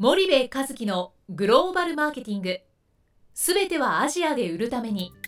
森部一樹のグローバルマーケティング、すべてはアジアで売るために。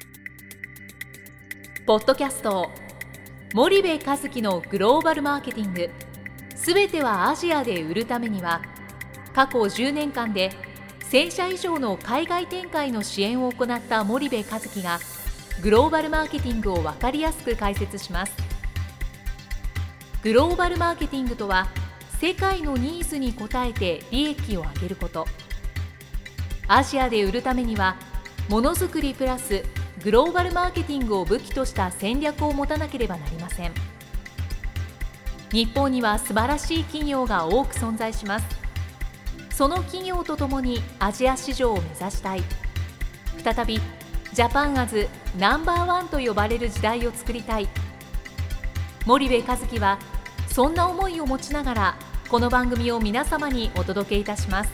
ポッドキャスト森部一樹のグローバルマーケティング、すべてはアジアで売るためには、過去10年間で1000社以上の海外展開の支援を行った森部一樹がグローバルマーケティングを分かりやすく解説します。グローバルマーケティングとは、世界のニーズに応えて利益を上げること。アジアで売るためには、ものづくりプラスグローバルマーケティングを武器とした戦略を持たなければなりません。日本には素晴らしい企業が多く存在します。その企業とともにアジア市場を目指したい。再びジャパンアズナンバーワンと呼ばれる時代を作りたい。森部一樹はそんな思いを持ちながら、この番組を皆様にお届けいたします。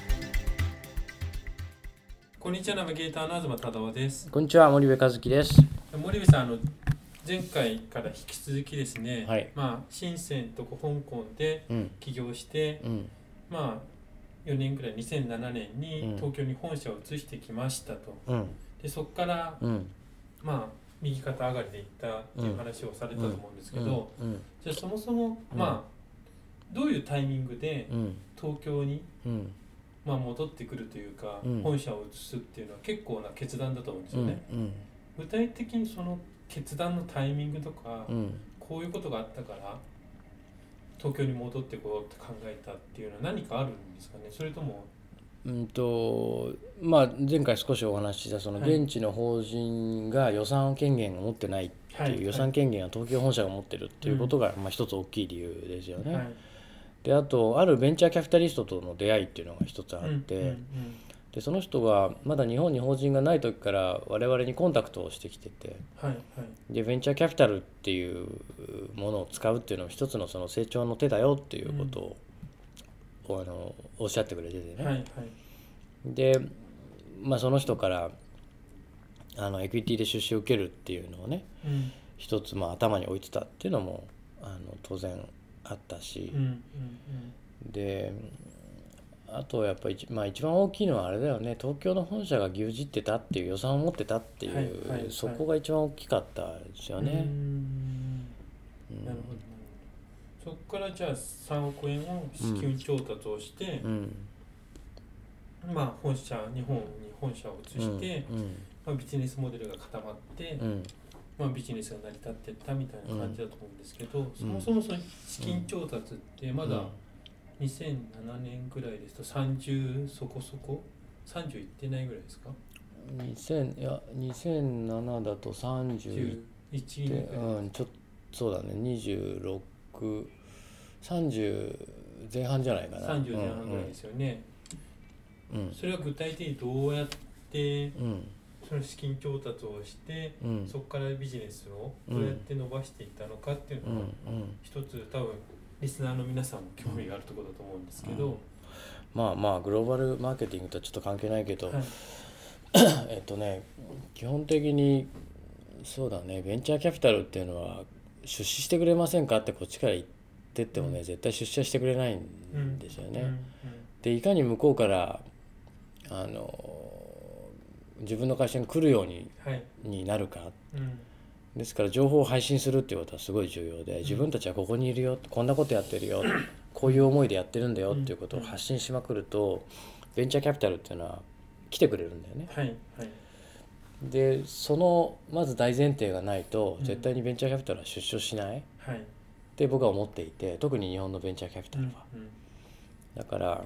こんにちは、ナビゲーターの東忠夫です。 こんにちは、森部一樹です。 森部さん、前回から引き続きですね、 はい、 深センと香港で起業して、4年くらい、2007年に東京に本社を移してきましたと。でそこから、右肩上がりでいったっていう話をされたと思うんですけど、じゃあそもそも、どういうタイミングで東京に、戻ってくるというか、本社を移すっていうのは結構な決断だと思うんですよね。具体的にその決断のタイミングとか、こういうことがあったから東京に戻ってこようって考えたっていうのは何かあるんですかね。それとも前回少しお話ししたその現地の法人が予算権限を持ってないっていう、予算権限は東京本社が持ってるっていうことが一つ大きい理由ですよね。であとあるベンチャーキャピタリストとの出会いっていうのが一つあって、でその人がまだ日本に法人がない時から我々にコンタクトをしてきてて、でベンチャーキャピタルっていうものを使うっていうのは一つのその成長の手だよっていうことを、おっしゃってくれててね。で、その人からエクイティで出資を受けるっていうのをね、一つ頭に置いてたっていうのも当然あったし、であとやっぱり、一番大きいのはあれだよね、東京の本社が牛耳ってたっていう、予算を持ってたっていう、そこが一番大きかったですよね。 なるほど。そこからじゃあ3億円を資金調達をして、本社、日本に本社を移して、ビジネスモデルが固まって、ビジネスが成り立っていったみたいな感じだと思うんですけど、そもそもその資金調達ってまだ2007年ぐらいですと30そこそこ30いってないぐらいですか。 2007だと31で、ちょっとそうだね、30前半じゃないかな。 30前半ぐらいですよね。それは具体的にどうやって、その資金調達をして、そこからビジネスをどうやって伸ばしていったのかっていうのが、一つ多分リスナーの皆さんも興味があるところだと思うんですけど、 グローバルマーケティングとはちょっと関係ないけど、基本的にそうだね、ベンチャーキャピタルっていうのは出資してくれませんかってこっちから言ってってもね、絶対出資はしてくれないんですよね。でいかに向こうから自分の会社に来るようになるか、ですから情報を配信するっていうことはすごい重要で、自分たちはここにいるよ、こんなことやってるよ、こういう思いでやってるんだよっていうことを発信しまくると、ベンチャーキャピタルっていうのは来てくれるんだよね。でそのまず大前提がないと絶対にベンチャーキャピタルは出資しないって僕は思っていて、特に日本のベンチャーキャピタルは、だから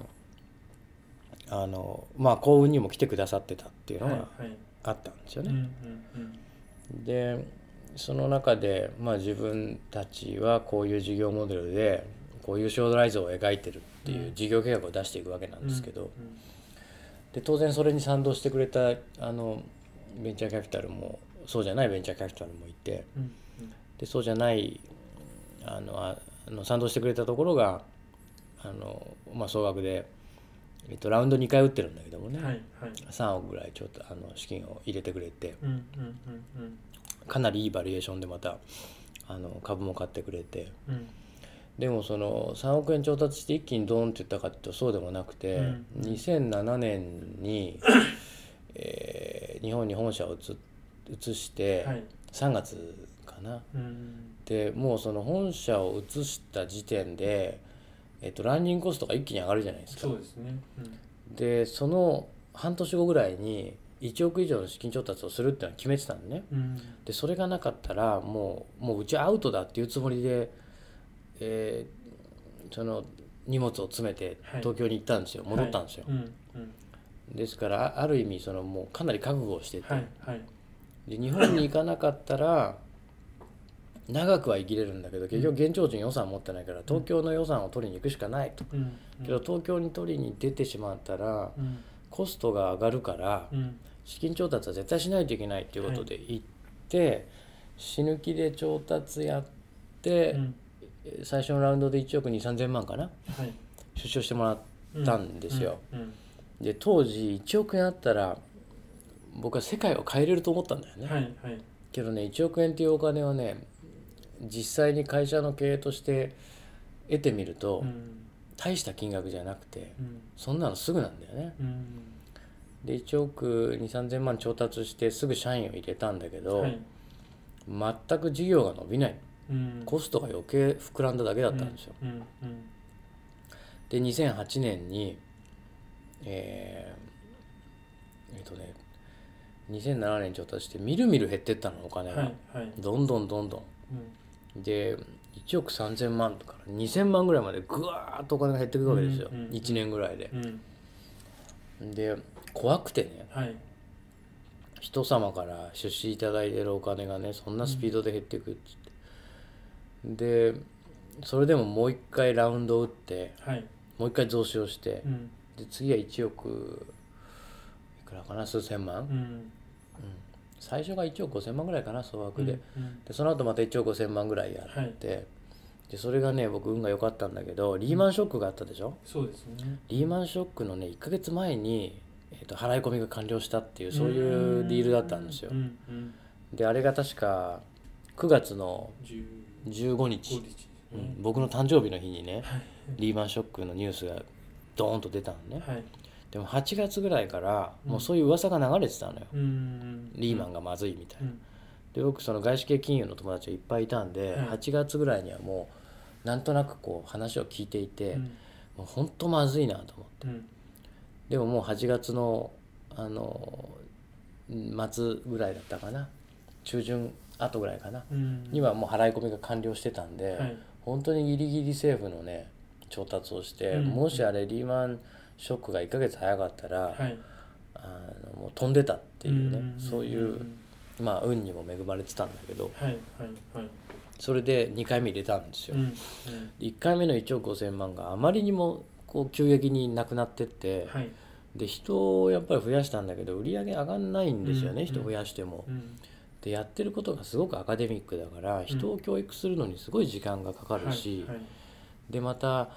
幸運にも来てくださってたっていうのがあったんですよね。でその中で、自分たちはこういう事業モデルでこういう将来像を描いてるっていう事業計画を出していくわけなんですけど、で当然それに賛同してくれたベンチャーキャピタルもそうじゃないベンチャーキャピタルもいて、でそうじゃない賛同してくれたところが総額でラウンド2回打ってるんだけどもね、3億ぐらいちょっと資金を入れてくれて、かなりいいバリエーションでまた株も買ってくれて、 でもその3億円調達して一気にドーンっていったかっていうとそうでもなくて、2007年に、日本に本社を移して3月かな、でもうその本社を移した時点で、ランニングコストが一気に上がるじゃないですか。 そうですね、 でその半年後ぐらいに1億以上の資金調達をするっていうのは決めてたんでね、でそれがなかったらもううちはアウトだっていうつもりで、その荷物を詰めて東京に行ったんですよ、戻ったんですよ、ですからある意味そのもうかなり覚悟をしてて、で日本に行かなかったら長くは生きれるんだけど結局現地人予算持ってないから東京の予算を取りに行くしかないと、けど東京に取りに出てしまったらコストが上がるから資金調達は絶対しないといけないっていうことで行って、死ぬ気で調達やって、最初のラウンドで1億2、3000万かな、出資してもらったんですよ。で当時1億円あったら僕は世界を変えれると思ったんだよね、けどね1億円っていうお金をね実際に会社の経営として得てみると、大した金額じゃなくて、そんなのすぐなんだよね、で1億2、3000万調達してすぐ社員を入れたんだけど、全く事業が伸びない、コストが余計膨らんだだけだったんですよ、で2008年に2007年調達してみるみる減ってったのお金が、どんどん、で1億3000万とか2000万ぐらいまでぐわーっとお金が減ってくるわけですよ、1年ぐらいで、で怖くてね、人様から出資いただいてるお金がねそんなスピードで減っていくって言って、でそれでももう一回ラウンドを打って、もう一回増資をして、で次は1億いくらかな数千万、最初が1億5000万ぐらいかな総額で、でその後また1億5000万ぐらいやって、でそれがね僕運が良かったんだけどリーマンショックがあったでしょ、 そうですね、 リーマンショックのね1ヶ月前に、払い込みが完了したっていうそういうディールだったんですよ、であれが確か9月の15日、僕の誕生日の日にね、リーマンショックのニュースがドーンと出たのね、でも8月ぐらいからもうそういう噂が流れてたのよ、リーマンがまずいみたいな、で僕その外資系金融の友達がいっぱいいたんで、8月ぐらいにはもうなんとなくこう話を聞いていて、もう本当まずいなと思って、でももう8月の末ぐらいだったかな、中旬後ぐらいかな、にはもう払い込みが完了してたんで、本当にギリギリ政府のね調達をして、もしあれリーマンショックが1ヶ月早かったら、もう飛んでたっていうね、そういうまあ運にも恵まれてたんだけど、それで2回目入れたんですよ、1回目の1億5000万があまりにもこう急激になくなってって、で人をやっぱり増やしたんだけど売り上げ上がんないんですよね、人増やしても、でやってることがすごくアカデミックだから人を教育するのにすごい時間がかかるし、でまた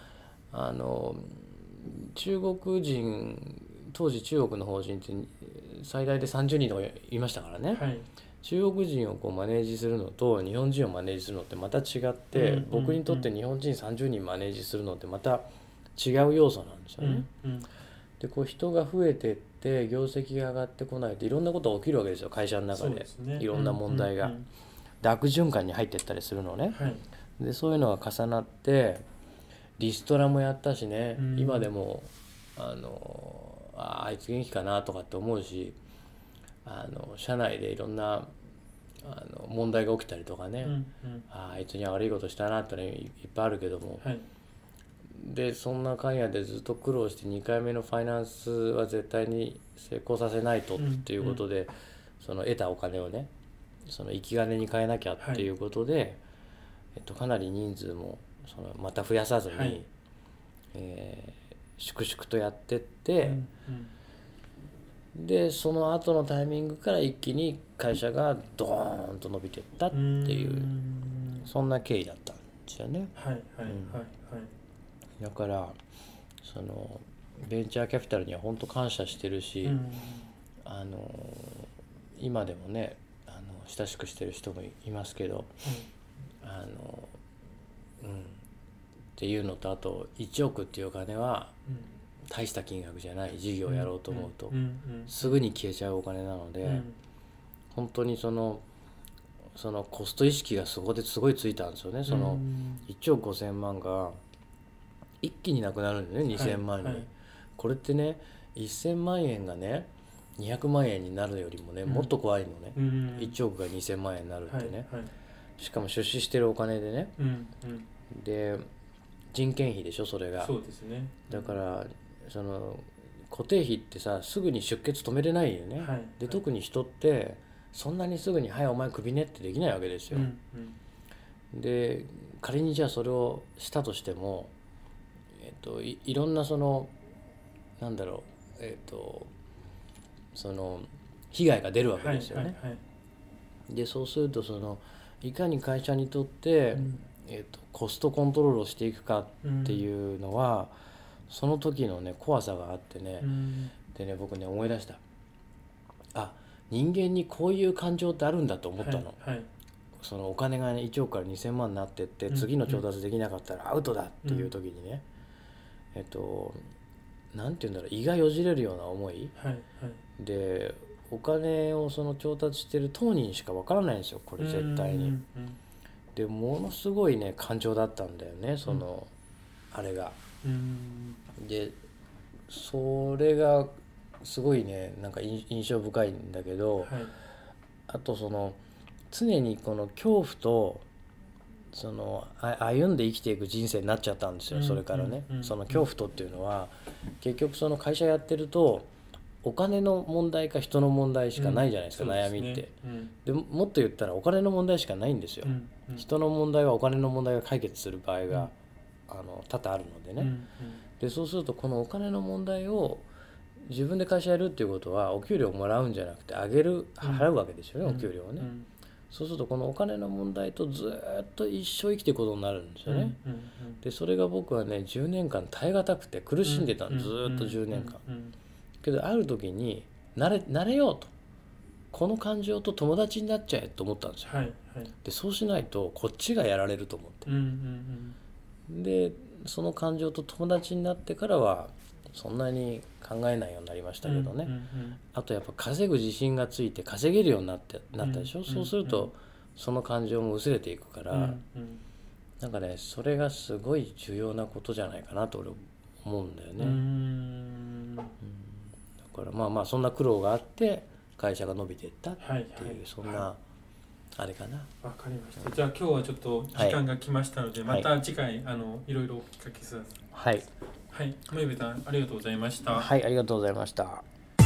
中国人当時中国の法人って最大で30人とかいましたからね、中国人をこうマネージするのと日本人をマネージするのってまた違って、僕にとって日本人30人マネージするのってまた違う要素なんですよね、でこう人が増えてって業績が上がってこないといろんなことが起きるわけですよ会社の中で、いろんな問題が、で悪循環に入ってったりするのね、でそういうのが重なってリストラもやったしね、今でもあいつ元気かなとかって思うし、社内でいろんな問題が起きたりとかね、あいつには悪いことしたなってのいっぱいあるけども、でそんな間やでずっと苦労して2回目のファイナンスは絶対に成功させないとっていうことで、その得たお金をねその生き金に変えなきゃっていうことで、かなり人数もそのまた増やさずに、粛々とやってって、でその後のタイミングから一気に会社がドーンと伸びていったっていう、そんな経緯だったんですよね。だからそのベンチャーキャピタルには本当感謝してるし、今でもね親しくしてる人もいますけど、 っていうのと、あと1億っていうお金は大した金額じゃない事業をやろうと思うとすぐに消えちゃうお金なので、本当にそのコスト意識がそこですごいついたんですよね。その1億5000万が一気になくなるんでね、2000万に、はいはい、これってね1000万円がね200万円になるよりもね、もっと怖いのね、1億が2000万円になるってね、はいはい、しかも出資してるお金でね、で人件費でしょそれが。 そうですね。 だからその固定費ってさすぐに出血止めれないよね、はい、で特に人ってそんなにすぐに「はいお前クビね」ってできないわけですよ、で仮にじゃあそれをしたとしても、いろんなそのなんだろうその被害が出るわけですよね、はいはいはい、でそうするとそのいかに会社にとって、コストコントロールをしていくかっていうのは、その時のね怖さがあってね、でね僕ね思い出した。人間にこういう感情ってあるんだと思ったの、はいはい、そのお金が、ね、1億から2000万になってって次の調達できなかったらアウトだっていう時にね、なんていうんだろう、胃がよじれるような思い、はいはい、でお金をその調達してる当人しかわからないんですよこれ絶対に、でものすごいね感情だったんだよねその、あれが、でそれがすごいねなんか印象深いんだけど、はい、あとその常にこの恐怖とその歩んで生きていく人生になっちゃったんですよ、それからね、その恐怖とっていうのは結局その会社やってるとお金の問題か人の問題しかないじゃないですか、悩みって、でもっと言ったらお金の問題しかないんですよ、人の問題はお金の問題が解決する場合が、多々あるのでね、でそうするとこのお金の問題を自分で会社やるっていうことはお給料もらうんじゃなくて払うわけですよね、お給料をね、そうするとこのお金の問題とずっと一生生きていくことになるんですよね、でそれが僕はね10年間耐え難くて苦しんでたの、ずっと10年間、けどある時に慣れようと、この感情と友達になっちゃえと思ったんですよ、はいはい、でそうしないとこっちがやられると思って、でその感情と友達になってからはそんなに考えないようになりましたけどね、あとやっぱ稼ぐ自信がついて稼げるようになったでしょ、そうするとその感情も薄れていくから、なんかねそれがすごい重要なことじゃないかなと俺思うんだよね、だからまあそんな苦労があって会社が伸びていったっていう、はいはい、そんなあれかな。 わかりました。じゃあ今日はちょっと時間が来ましたので、また次回いろいろお聞かけください。 はいはい、前部さんありがとうございました。 はい、ありがとうございました。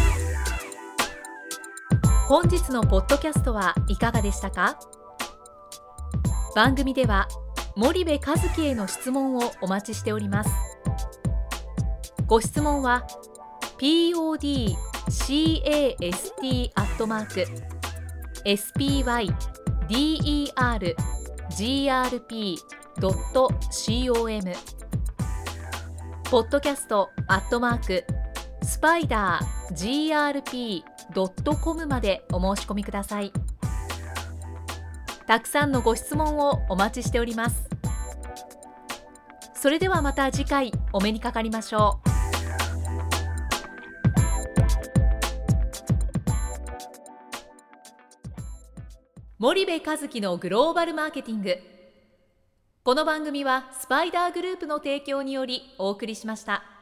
本日のポッドキャストはいかがでしたか？番組では森部一樹への質問をお待ちしております。ご質問は podcast@spydergrp.com podcast@spidergrp.com までお申し込みください。たくさんのご質問をお待ちしております。それではまた次回お目にかかりましょう。森部一樹のグローバルマーケティング。この番組はスパイダーグループの提供によりお送りしました。